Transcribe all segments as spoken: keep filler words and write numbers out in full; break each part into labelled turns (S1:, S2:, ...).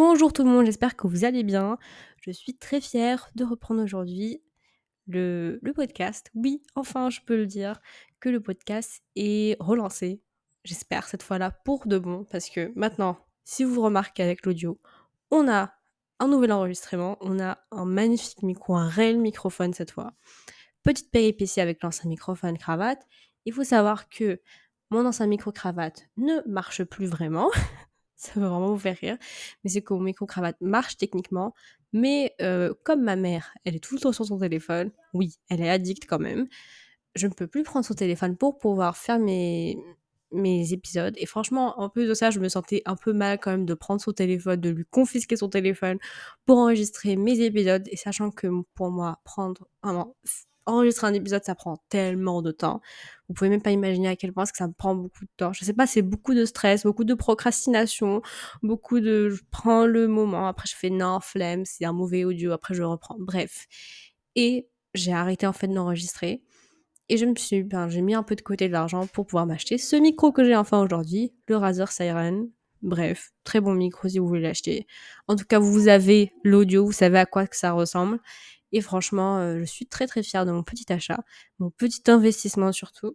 S1: Bonjour tout le monde, j'espère que vous allez bien. Je suis très fière de reprendre aujourd'hui le, le podcast. Oui, enfin, je peux le dire, que le podcast est relancé. J'espère cette fois-là pour de bon, parce que maintenant, si vous remarquez avec l'audio, on a un nouvel enregistrement, on a un magnifique micro, un réel microphone cette fois. Petite péripétie avec l'ancien microphone cravate. Il faut savoir que mon ancien micro-cravate ne marche plus vraiment. Ça va vraiment vous faire rire, mais c'est que mon micro-cravate marche techniquement, mais euh, comme ma mère, elle est tout le temps sur son téléphone, oui, elle est addicte quand même, je ne peux plus prendre son téléphone pour pouvoir faire mes, mes épisodes, et franchement, en plus de ça, je me sentais un peu mal quand même de prendre son téléphone, de lui confisquer son téléphone pour enregistrer mes épisodes, et sachant que pour moi, prendre, vraiment, enregistrer un épisode, ça prend tellement de temps. Vous pouvez même pas imaginer à quel point que ça me prend beaucoup de temps. Je sais pas, c'est beaucoup de stress, beaucoup de procrastination, beaucoup de je prends le moment, après je fais non, flemme, c'est un mauvais audio, après je reprends. Bref. Et j'ai arrêté en fait d'enregistrer. Et je me suis, ben, j'ai mis un peu de côté de l'argent pour pouvoir m'acheter ce micro que j'ai enfin aujourd'hui, le Razer Siren. Bref, très bon micro si vous voulez l'acheter. En tout cas, vous avez l'audio, vous savez à quoi que ça ressemble. Et franchement, euh, je suis très très fière de mon petit achat, mon petit investissement surtout.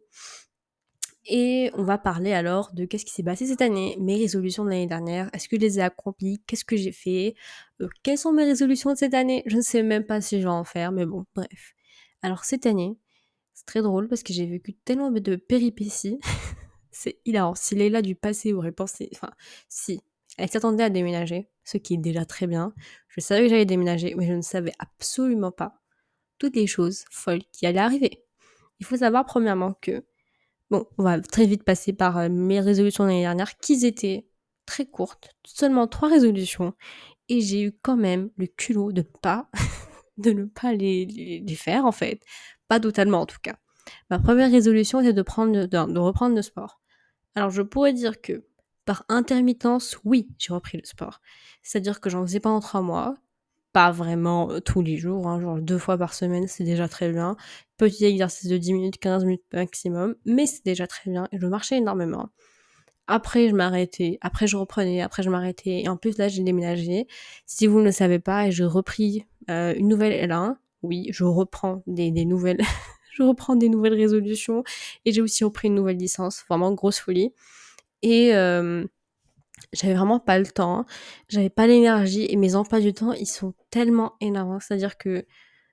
S1: Et on va parler alors de qu'est-ce qui s'est passé cette année, mes résolutions de l'année dernière, est-ce que je les ai accomplies, qu'est-ce que j'ai fait, euh, quelles sont mes résolutions de cette année, je ne sais même pas si je vais en faire, mais bon, bref. Alors cette année, c'est très drôle parce que j'ai vécu tellement de péripéties, c'est hilarant. Si Leila du passé aurait pensé, enfin, si, elle s'attendait à déménager, ce qui est déjà très bien, je savais que j'allais déménager, mais je ne savais absolument pas toutes les choses folles qui allaient arriver. Il faut savoir premièrement que bon, on va très vite passer par euh, mes résolutions de l'année dernière, qui étaient très courtes, seulement trois résolutions, et j'ai eu quand même le culot de pas, de ne pas les, les, les faire en fait, pas totalement en tout cas. Ma première résolution était de prendre, de, de reprendre le sport. Alors je pourrais dire que par intermittence, oui, j'ai repris le sport. C'est-à-dire que j'en faisais pendant trois mois, pas vraiment euh, tous les jours, hein, genre deux fois par semaine, c'est déjà très bien. Petit exercice de dix minutes, quinze minutes maximum, mais c'est déjà très bien et je marchais énormément. Après, je m'arrêtais, après je reprenais, après je m'arrêtais, et en plus là j'ai déménagé. Si vous ne le savez pas, j'ai repris euh, une nouvelle L un. Oui, je reprends des, des nouvelles, je reprends des nouvelles résolutions, et j'ai aussi repris une nouvelle licence, vraiment grosse folie. Et euh, j'avais vraiment pas le temps, j'avais pas l'énergie, et mes emplois du temps, ils sont tellement énormes. C'est-à-dire que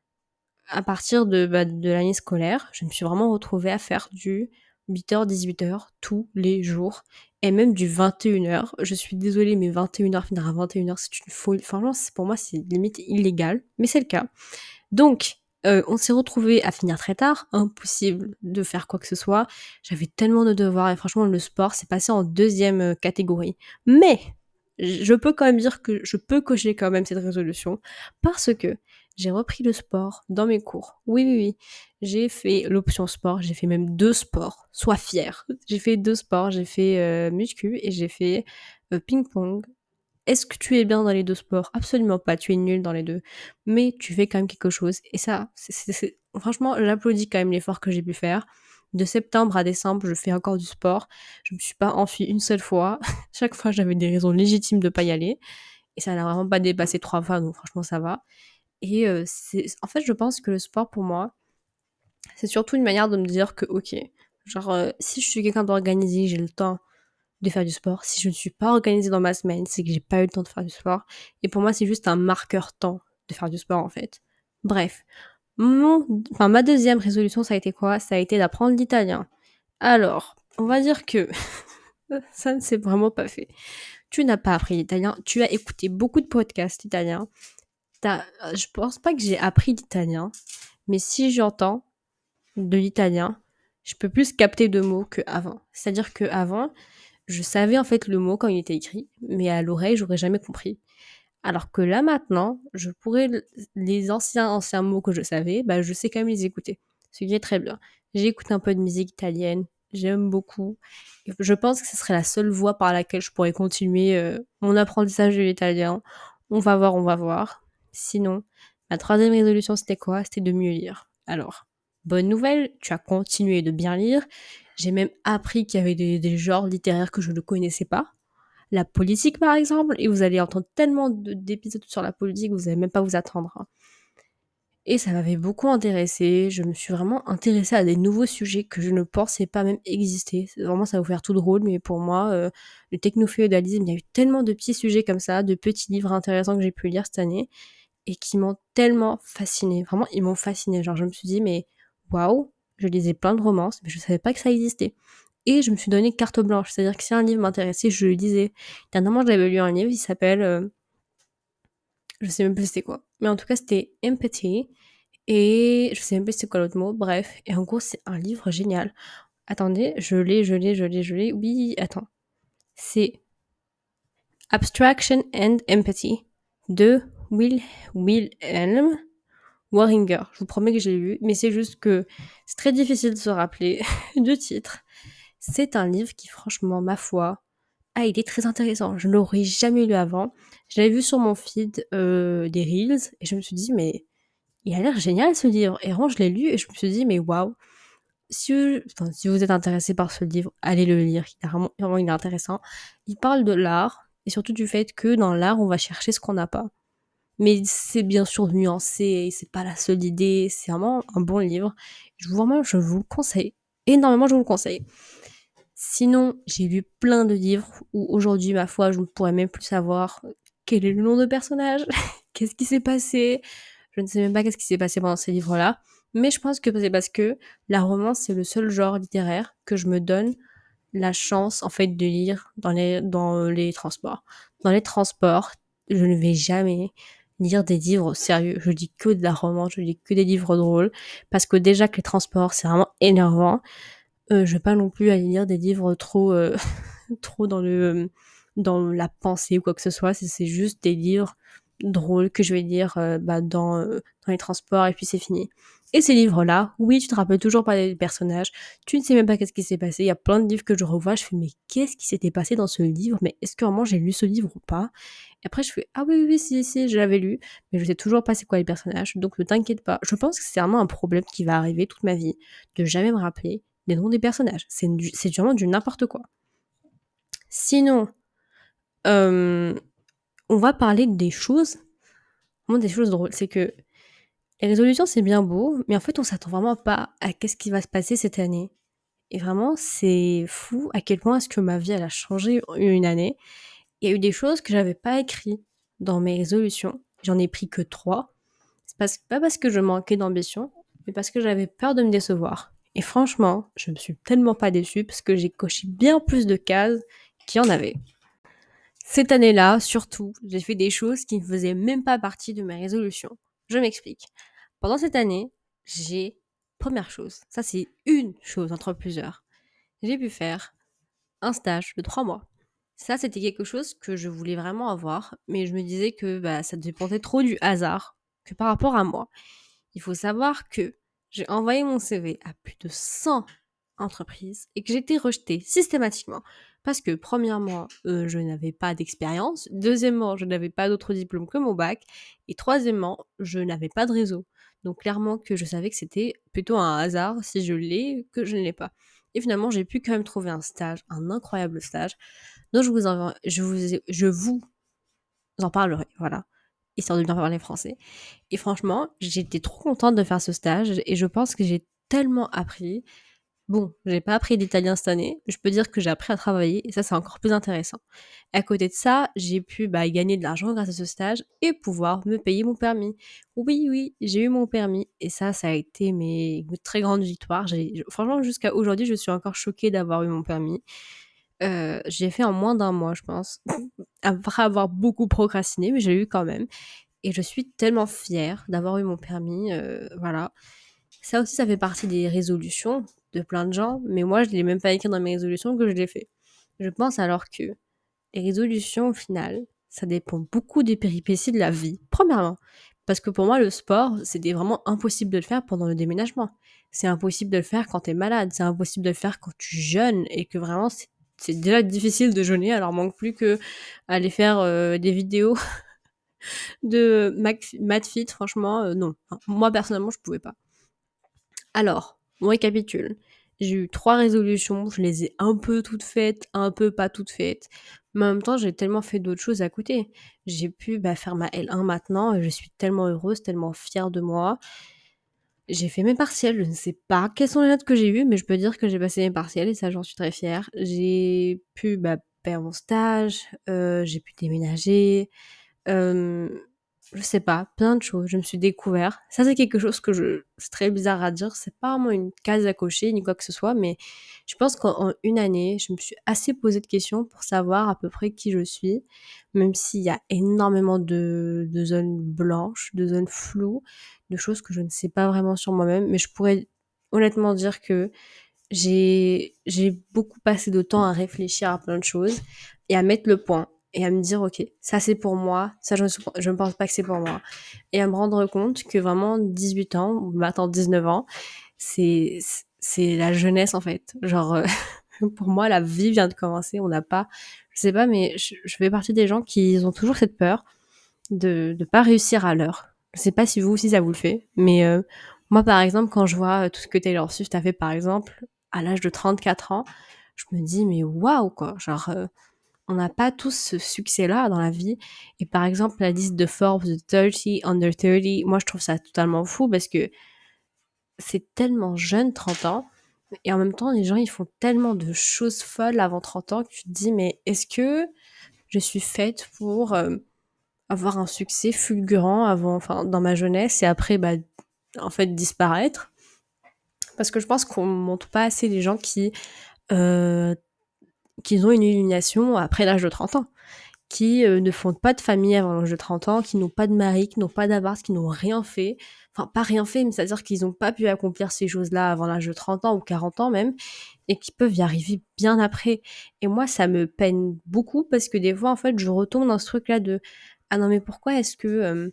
S1: à partir de, bah, de l'année scolaire, je me suis vraiment retrouvée à faire du huit heures dix-huit heures tous les jours, et même du vingt et une heures. Je suis désolée, mais vingt et une heures, finir à vingt et une heures, c'est une folie. Franchement, pour moi, c'est limite illégal, mais c'est le cas. Donc, euh, on s'est retrouvés à finir très tard, impossible de faire quoi que ce soit. J'avais tellement de devoirs, et franchement, le sport, c'est passé en deuxième euh, catégorie. Mais, je peux quand même dire que je peux cocher quand même cette résolution, parce que j'ai repris le sport dans mes cours. Oui, oui, oui. J'ai fait l'option sport, j'ai fait même deux sports. Sois fière. J'ai fait deux sports, j'ai fait euh, muscu et j'ai fait euh, ping-pong. Est-ce que tu es bien dans les deux sports? Absolument pas, tu es nul dans les deux. Mais tu fais quand même quelque chose. Et ça, c'est, c'est, c'est... franchement, j'applaudis quand même l'effort que j'ai pu faire. De septembre à décembre, je fais encore du sport. Je me suis pas enfuie une seule fois. Chaque fois, j'avais des raisons légitimes de pas y aller. Et ça n'a vraiment pas dépassé trois fois, donc franchement, ça va. Et euh, c'est... en fait, je pense que le sport, pour moi, c'est surtout une manière de me dire que, ok, genre, euh, si je suis quelqu'un d'organisé, j'ai le temps de faire du sport. Si je ne suis pas organisée dans ma semaine, c'est que j'ai pas eu le temps de faire du sport. Et pour moi, c'est juste un marqueur temps de faire du sport, en fait. Bref. Mon, enfin, ma deuxième résolution, ça a été quoi? Ça a été d'apprendre l'italien. Alors, on va dire que ça ne s'est vraiment pas fait. Tu n'as pas appris l'italien. Tu as écouté beaucoup de podcasts italiens. T'as, je pense pas que j'ai appris l'italien. Mais si j'entends de l'italien, je peux plus capter de mots qu'avant. C'est-à-dire qu'avant, je savais en fait le mot quand il était écrit, mais à l'oreille, j'aurais jamais compris. Alors que là maintenant, je pourrais les anciens anciens mots que je savais, bah je sais quand même les écouter. Ce qui est très bien. J'écoute un peu de musique italienne, j'aime beaucoup. Je pense que ce serait la seule voie par laquelle je pourrais continuer euh, mon apprentissage de l'italien. On va voir, on va voir. Sinon, ma troisième résolution c'était quoi? C'était de mieux lire. Alors, bonne nouvelle, tu as continué de bien lire. J'ai même appris qu'il y avait des, des genres littéraires que je ne connaissais pas. la politique par exemple, et vous allez entendre tellement de d'épisodes sur la politique, vous allez même pas vous attendre, hein. Et ça m'avait beaucoup intéressée, je me suis vraiment intéressée à des nouveaux sujets que je ne pensais pas même exister. C'est vraiment, ça va vous faire tout drôle, mais pour moi, heu, le techno-féodalisme, il y a eu tellement de petits sujets comme ça, de petits livres intéressants que j'ai pu lire cette année et qui m'ont tellement fascinée. Vraiment, ils m'ont fascinée. Genre, je me suis dit: «Mais waouh!» Je lisais plein de romances, mais je savais pas que ça existait et je me suis donné carte blanche. C'est-à-dire que si un livre m'intéressait, je le lisais. Dernièrement, j'avais lu un livre, il s'appelle, heu, je sais même plus c'était quoi, mais en tout cas, c'était Empathy et je sais même plus c'est quoi l'autre mot. Bref, et en gros, c'est un livre génial. Attendez, je l'ai, je l'ai, je l'ai, je l'ai. Oui, attends. C'est Abstraction and Empathy de Will Wilhelm Waringer. Je vous promets que je l'ai lu, mais c'est juste que c'est très difficile de se rappeler du titre. C'est un livre qui, franchement, ma foi, ah, il est très intéressant. Je ne l'aurais jamais lu avant. Je l'avais vu sur mon feed euh, des Reels et je me suis dit, mais il a l'air génial ce livre. Et vraiment, je l'ai lu et je me suis dit, mais waouh. Si, enfin, si vous êtes intéressé par ce livre, allez le lire. Il est vraiment, vraiment il est intéressant. Il parle de l'art et surtout du fait que dans l'art, on va chercher ce qu'on n'a pas. Mais c'est bien sûr nuancé, c'est pas la seule idée, c'est vraiment un bon livre. Je vous, vraiment, je vous le conseille. Énormément, je vous le conseille. Sinon, j'ai lu plein de livres où aujourd'hui, ma foi, je ne pourrais même plus savoir quel est le nom de personnage, qu'est-ce qui s'est passé. Je ne sais même pas qu'est-ce qui s'est passé pendant ces livres-là. Mais je pense que c'est parce que la romance, c'est le seul genre littéraire que je me donne la chance, en fait, de lire dans les, dans les transports. Dans les transports, je ne vais jamais lire des livres sérieux. Je lis que de la romance, je lis que des livres drôles. Parce que déjà que les transports, c'est vraiment énervant. Euh, je vais pas non plus aller lire des livres trop, euh, trop dans le, dans la pensée ou quoi que ce soit. C'est, c'est juste des livres drôles que je vais lire euh, bah, dans, euh, dans les transports et puis c'est fini. Et ces livres-là, oui, tu te rappelles toujours pas des personnages, tu ne sais même pas qu'est-ce qui s'est passé. Il y a plein de livres que je revois, je fais mais qu'est-ce qui s'était passé dans ce livre? Mais est-ce que vraiment j'ai lu ce livre ou pas? Et après je fais ah oui, oui, oui, si, si, je l'avais lu, mais je sais toujours pas c'est quoi les personnages, donc ne t'inquiète pas. Je pense que c'est vraiment un problème qui va arriver toute ma vie, de jamais me rappeler les noms des personnages. C'est, du, c'est vraiment du n'importe quoi. Sinon, euh, on va parler des choses, vraiment des choses drôles. C'est que les résolutions, c'est bien beau, mais en fait, on s'attend vraiment pas à qu'est-ce qui va se passer cette année. Et vraiment, c'est fou à quel point est-ce que ma vie, elle a changé en une année. Il y a eu des choses que j'avais pas écrites dans mes résolutions. J'en ai pris que trois. C'est parce, pas parce que je manquais d'ambition, mais parce que j'avais peur de me décevoir. Et franchement, je me suis tellement pas déçue parce que j'ai coché bien plus de cases qu'il y en avait. Cette année-là, surtout, j'ai fait des choses qui ne faisaient même pas partie de mes résolutions. Je m'explique. Pendant cette année, j'ai, première chose, ça c'est une chose entre plusieurs, j'ai pu faire un stage de trois mois. Ça, c'était quelque chose que je voulais vraiment avoir, mais je me disais que bah, ça dépendait trop du hasard que par rapport à moi. Il faut savoir que j'ai envoyé mon C V à plus de cent entreprises et que j'ai été rejetée systématiquement. Parce que, premièrement, euh, je n'avais pas d'expérience. Deuxièmement, je n'avais pas d'autres diplômes que mon bac. Et troisièmement, je n'avais pas de réseau. Donc, clairement que je savais que c'était plutôt un hasard si je l'ai que je ne l'ai pas. Et finalement, j'ai pu quand même trouver un stage, un incroyable stage. Donc, je vous en, je vous, je vous en parlerai, voilà. Histoire de bien parler français. Et franchement, j'étais trop contente de faire ce stage et je pense que j'ai tellement appris. Bon, j'ai pas appris l'italien cette année, je peux dire que j'ai appris à travailler et ça c'est encore plus intéressant. À côté de ça, j'ai pu bah, gagner de l'argent grâce à ce stage et pouvoir me payer mon permis. Oui, oui, j'ai eu mon permis et ça, ça a été mes... une très grande victoire. J'ai... Franchement, jusqu'à aujourd'hui, je suis encore choquée d'avoir eu mon permis. Euh, j'ai fait en moins d'un mois, je pense, après avoir beaucoup procrastiné, mais j'ai eu quand même. Et je suis tellement fière d'avoir eu mon permis, euh, voilà. Ça aussi, ça fait partie des résolutions de plein de gens, mais moi, je ne l'ai même pas écrit dans mes résolutions que je l'ai fait. Je pense alors que les résolutions, au final, ça dépend beaucoup des péripéties de la vie. Premièrement, parce que pour moi, le sport, c'était vraiment impossible de le faire pendant le déménagement. C'est impossible de le faire quand t'es malade, c'est impossible de le faire quand tu jeûnes, et que vraiment, c'est, c'est déjà difficile de jeûner, alors manque plus que aller faire euh, des vidéos de MathFit, franchement, euh, non. Moi, personnellement, je pouvais pas. Alors, on récapitule. J'ai eu trois résolutions, je les ai un peu toutes faites, un peu pas toutes faites. Mais en même temps, j'ai tellement fait d'autres choses à côté. J'ai pu, bah, faire ma L un maintenant et je suis tellement heureuse, tellement fière de moi. J'ai fait mes partiels, je ne sais pas quelles sont les notes que j'ai eues, mais je peux dire que j'ai passé mes partiels et ça, j'en suis très fière. J'ai pu, bah, faire mon stage, heu, j'ai pu déménager, hem, je sais pas, plein de choses. Je me suis découvert. Ça, c'est quelque chose que je c'est très bizarre à dire, c'est pas vraiment une case à cocher ni quoi que ce soit, mais je pense qu'en en une année, je me suis assez posé de questions pour savoir à peu près qui je suis, même s'il y a énormément de de zones blanches, de zones floues, de choses que je ne sais pas vraiment sur moi-même, mais je pourrais honnêtement dire que j'ai j'ai beaucoup passé de temps à réfléchir à plein de choses et à mettre le point et à me dire ok, ça c'est pour moi, ça je ne, sou- je ne pense pas que c'est pour moi, et à me rendre compte que vraiment dix-huit ans ou maintenant dix-neuf ans, c'est c'est la jeunesse en fait, genre euh, pour moi la vie vient de commencer. On n'a pas, je sais pas, mais je, je fais partie des gens qui ont toujours cette peur de de pas réussir à l'heure. Je sais pas si vous aussi ça vous le fait, mais euh, moi par exemple quand je vois euh, tout ce que Taylor Swift a fait par exemple à l'âge de trente-quatre ans, je me dis mais waouh quoi, genre euh, on n'a pas tous ce succès-là dans la vie. Et par exemple la liste de Forbes de trente under trente, moi je trouve ça totalement fou parce que c'est tellement jeune trente ans, et en même temps les gens ils font tellement de choses folles avant trente ans que tu te dis mais est-ce que je suis faite pour euh, avoir un succès fulgurant avant, enfin, dans ma jeunesse et après, bah, en fait, disparaître. Parce que je pense qu'on montre pas assez les gens qui, euh, qui ont une illumination après l'âge de trente ans, qui euh, ne font pas de famille avant l'âge de trente ans, qui n'ont pas de mari, qui n'ont pas d'appart, qui n'ont rien fait. Enfin, pas rien fait, mais c'est-à-dire qu'ils n'ont pas pu accomplir ces choses-là avant l'âge de trente ans ou quarante ans même, et qui peuvent y arriver bien après. Et moi, ça me peine beaucoup parce que des fois, en fait, je retombe dans ce truc-là de ah non, mais pourquoi est-ce que euh,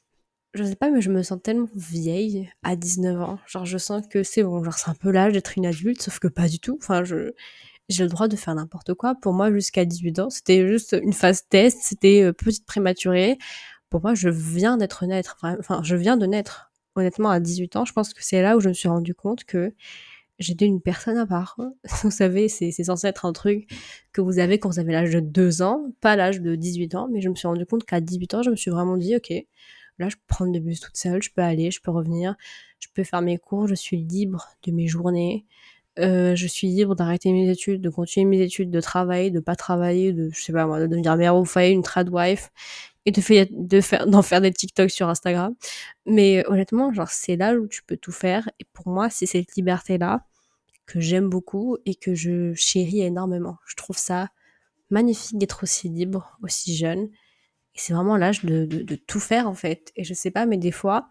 S1: je sais pas, mais je me sens tellement vieille à dix-neuf ans. Genre, je sens que c'est bon, genre, c'est un peu l'âge d'être une adulte, sauf que pas du tout. Enfin, je, j'ai le droit de faire n'importe quoi. Pour moi, jusqu'à dix-huit ans, c'était juste une phase test, c'était euh, petite prématurée. Pour moi, je viens d'être naître. Enfin, enfin, je viens de naître. Honnêtement, à dix-huit ans, je pense que c'est là où je me suis rendu compte que j'étais une personne à part. Vous savez, c'est, c'est censé être un truc que vous avez quand vous avez l'âge de deux ans, pas l'âge de dix-huit ans, mais je me suis rendu compte qu'à dix-huit ans, je me suis vraiment dit, ok, là, je peux prendre le bus toute seule, je peux aller, je peux revenir, je peux faire mes cours, je suis libre de mes journées, euh, je suis libre d'arrêter mes études, de continuer mes études, de travailler, de pas travailler, de, je sais pas moi, de devenir mère au foyer, une tradwife, et de, fait, de faire, d'en faire des TikTok sur Instagram. Mais euh, honnêtement, genre, c'est là où tu peux tout faire, et pour moi, c'est cette liberté-là que j'aime beaucoup et que je chéris énormément. Je trouve ça magnifique d'être aussi libre, aussi jeune. Et c'est vraiment l'âge de, de, de tout faire, en fait. Et je sais pas, mais des fois,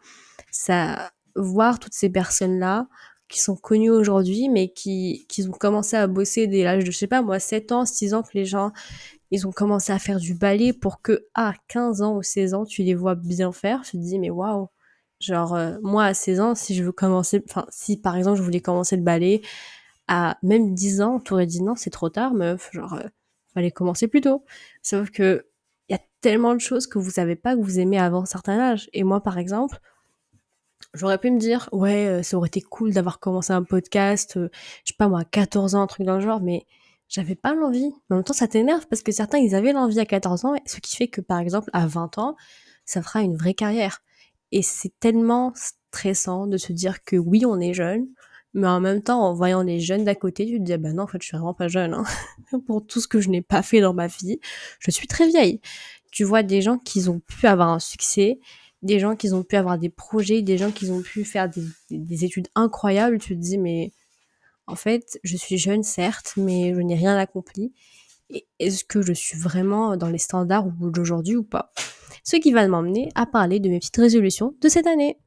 S1: ça, voir toutes ces personnes-là qui sont connues aujourd'hui, mais qui, qui ont commencé à bosser dès l'âge de, je sais pas, moi, sept ans, six ans, que les gens, ils ont commencé à faire du ballet pour que, à quinze ans ou seize ans, tu les vois bien faire. Je te dis, mais waouh! Genre, euh, moi, à seize ans, si je veux commencer, enfin, si par exemple, je voulais commencer le ballet, à même dix ans, on t'aurait dit non, c'est trop tard, meuf. Genre, euh, fallait commencer plus tôt. Sauf que il y a tellement de choses que vous savez pas que vous aimez avant un certain âge. Et moi, par exemple, j'aurais pu me dire, ouais, euh, ça aurait été cool d'avoir commencé un podcast, euh, je sais pas moi, à quatorze ans, un truc dans le genre, mais j'avais pas l'envie. Mais en même temps, ça t'énerve parce que certains, ils avaient l'envie à quatorze ans, ce qui fait que, par exemple, à vingt ans, ça fera une vraie carrière. Et c'est tellement stressant de se dire que oui, on est jeune, mais en même temps, en voyant les jeunes d'à côté, tu te dis, ah bah non, en fait, je suis vraiment pas jeune, hein. Pour tout ce que je n'ai pas fait dans ma vie, je suis très vieille. Tu vois des gens qui ont pu avoir un succès, des gens qui ont pu avoir des projets, des gens qui ont pu faire des, des, des études incroyables, tu te dis, mais en fait, je suis jeune, certes, mais je n'ai rien accompli. Et est-ce que je suis vraiment dans les standards d'aujourd'hui ou pas? Ce qui va m'emmener à parler de mes petites résolutions de cette année.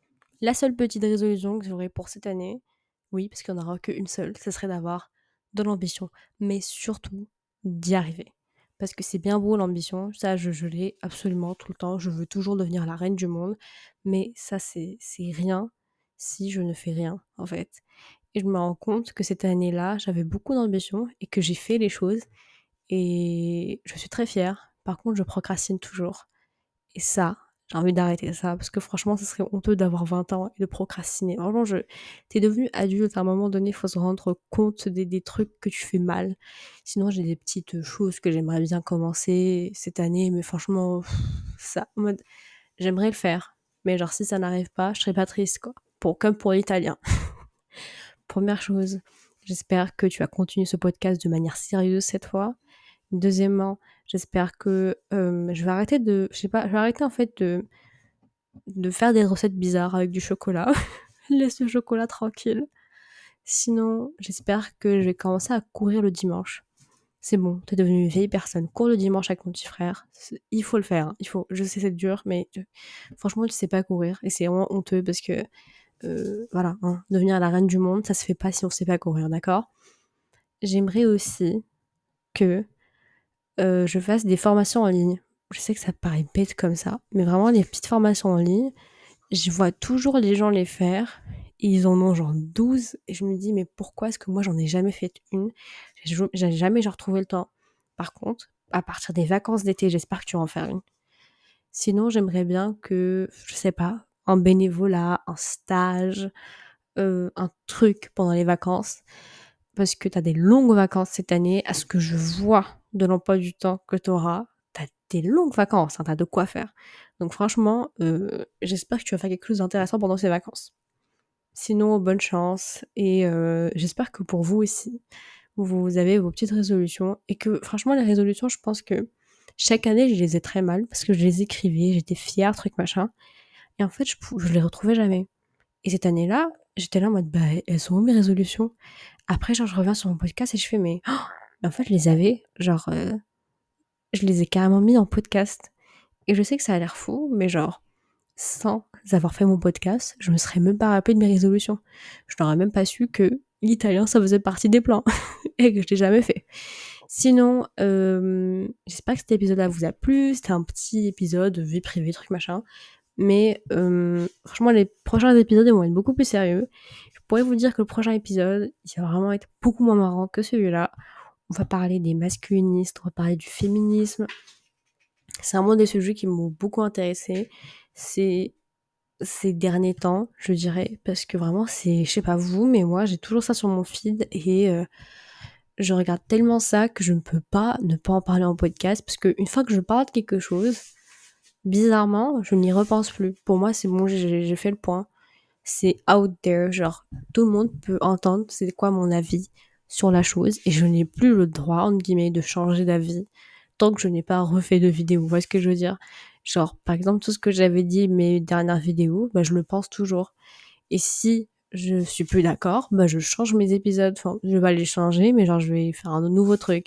S1: La seule petite résolution que j'aurai pour cette année, oui, parce qu'il n'y en aura qu'une seule, ce serait d'avoir de l'ambition, mais surtout d'y arriver. Parce que c'est bien beau l'ambition, ça je, je l'ai absolument tout le temps, je veux toujours devenir la reine du monde, mais ça c'est c'est rien si je ne fais rien en fait. Et je me rends compte que cette année-là, j'avais beaucoup d'ambition et que j'ai fait les choses et je suis très fière. Par contre, je procrastine toujours. Et ça, J'ai envie d'arrêter ça parce que franchement, ce serait honteux d'avoir vingt ans et de procrastiner. Vraiment, je tu devenu adulte, à un moment donné, il faut se rendre compte des des trucs que tu fais mal. Sinon, j'ai des petites, choses que j'aimerais bien commencer cette année, mais franchement, pff, ça en mode j'aimerais le faire, mais genre si ça n'arrive pas, je serais pas triste, quoi. Pour comme pour l'italien. Première chose, j'espère que tu vas continuer ce podcast de manière sérieuse cette fois. Deuxièmement, j'espère que, hem, je vais arrêter de je sais pas, je vais arrêter en fait de de faire des recettes bizarres avec du chocolat. Laisse le chocolat tranquille. Sinon, j'espère que je vais commencer à courir le dimanche. C'est bon, t'es devenue une vieille personne. Cours le dimanche avec ton petit frère. C'est- Il faut le faire. Hein. Il faut. Je sais, c'est dur, mais tu- franchement, tu sais pas courir. Et c'est vraiment honteux parce que, euh, voilà, hein, devenir la reine du monde, ça se fait pas si on sait pas courir, d'accord? J'aimerais aussi que euh, je fasse des formations en ligne. Je sais que ça paraît bête comme ça, mais vraiment des petites formations en ligne. Je vois toujours les gens les faire. Et ils en ont genre douze. Et je me dis, mais pourquoi est-ce que moi, j'en ai jamais fait une? J'ai j'ai jamais genre trouvé le temps. Par contre, à partir des vacances d'été, j'espère que tu vas en faire une. Sinon, j'aimerais bien que, je sais pas, un bénévolat, un stage, euh, un truc pendant les vacances. Parce que tu as des longues vacances cette année. À ce que je vois de l'emploi du temps que tu auras, tu as des longues vacances, hein, tu as de quoi faire. Donc franchement, euh, j'espère que tu vas faire quelque chose d'intéressant pendant ces vacances. Sinon, bonne chance et euh, j'espère que pour vous aussi, vous avez vos petites résolutions et que franchement, les résolutions, je pense que chaque année, je les ai très mal parce que je les écrivais, j'étais fière, truc machin. Et en fait, je, je les retrouvais jamais. Et cette année-là, j'étais là en mode, bah, elles sont où mes résolutions? Après, genre, je reviens sur mon podcast et je fais, mais, oh, mais en fait, je les avais, genre, euh, je les ai carrément mis en podcast. Et je sais que ça a l'air fou, mais genre, sans avoir fait mon podcast, je me serais même pas rappelé de mes résolutions. Je n'aurais même pas su que l'italien, ça faisait partie des plans et que je l'ai jamais fait. Sinon, euh, j'espère que cet épisode-là vous a plu. C'était un petit épisode, vie privée, truc machin. Mais euh, franchement, les prochains épisodes ils vont être beaucoup plus sérieux. Je pourrais vous dire que le prochain épisode, il va vraiment être beaucoup moins marrant que celui-là. On va parler des masculinistes, on va parler du féminisme. C'est vraiment des sujets qui m'ont beaucoup intéressé ces, ces derniers temps, je dirais, parce que vraiment, c'est, je sais pas vous, mais moi, j'ai toujours ça sur mon feed et euh, je regarde tellement ça que je ne peux pas ne pas en parler en podcast, parce qu'une fois que je parle de quelque chose, bizarrement, je n'y repense plus. Pour moi, c'est bon, j'ai, j'ai fait le point. C'est out there, genre, tout le monde peut entendre c'est quoi mon avis sur la chose, et je n'ai plus le droit, entre guillemets, de changer d'avis tant que je n'ai pas refait de vidéo. Vous voyez ce que je veux dire? Genre, par exemple, tout ce que j'avais dit mes dernières vidéos, bah, je le pense toujours. Et si je suis plus d'accord, bah, je change mes épisodes. Enfin, je vais pas les changer, mais genre, je vais faire un nouveau truc.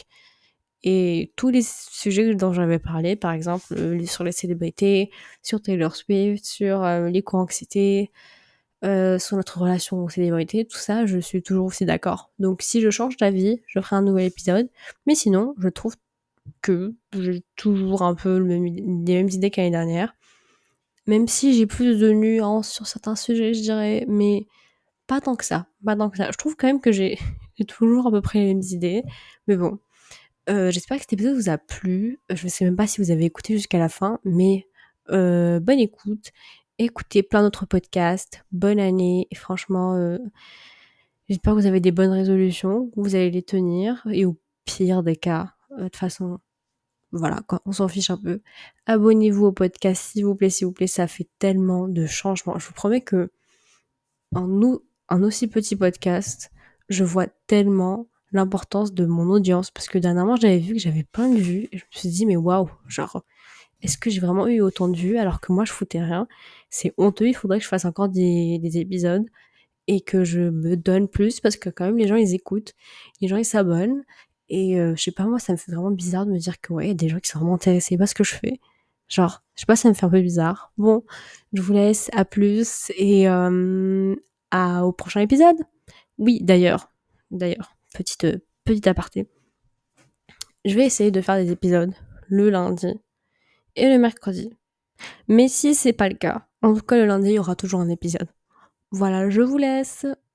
S1: Et tous les sujets dont j'avais parlé, par exemple, euh, sur les célébrités, sur Taylor Swift, sur euh, l'éco-anxiété, euh, sur notre relation aux célébrités, tout ça, je suis toujours aussi d'accord. Donc, si je change d'avis, je ferai un nouvel épisode. Mais sinon, je trouve que j'ai toujours un peu le même, les mêmes idées qu'année dernière. Même si j'ai plus de nuances sur certains sujets, je dirais, mais pas tant que ça. Pas tant que ça. Je trouve quand même que j'ai, j'ai toujours à peu près les mêmes idées. Mais bon. Euh, j'espère que cet épisode vous a plu. Je ne sais même pas si vous avez écouté jusqu'à la fin, mais euh, bonne écoute. Écoutez plein d'autres podcasts. Bonne année. Et franchement, euh, j'espère que vous avez des bonnes résolutions, que vous allez les tenir. Et au pire des cas, euh, de toute façon, voilà, quoi, on s'en fiche un peu. Abonnez-vous au podcast, s'il vous plaît, s'il vous plaît, ça fait tellement de changements. Je vous promets que en nous, un aussi petit podcast, je vois tellement l'importance de mon audience parce que dernièrement, j'avais vu que j'avais plein de vues et je me suis dit, mais waouh, genre, est-ce que j'ai vraiment eu autant de vues alors que moi, je foutais rien? C'est honteux, il faudrait que je fasse encore des, des épisodes et que je me donne plus parce que quand même, les gens, ils écoutent, les gens, ils s'abonnent. Et euh, je sais pas, moi, ça me fait vraiment bizarre de me dire que ouais, il y a des gens qui sont vraiment intéressés par ce que je fais. Genre, je sais pas, ça me fait un peu bizarre. Bon, je vous laisse, à plus et euh, à, au prochain épisode. Oui, d'ailleurs, d'ailleurs, petite, euh, petite aparté. Je vais essayer de faire des épisodes le lundi et le mercredi. Mais si c'est pas le cas, en tout cas le lundi, il y aura toujours un épisode. Voilà, je vous laisse.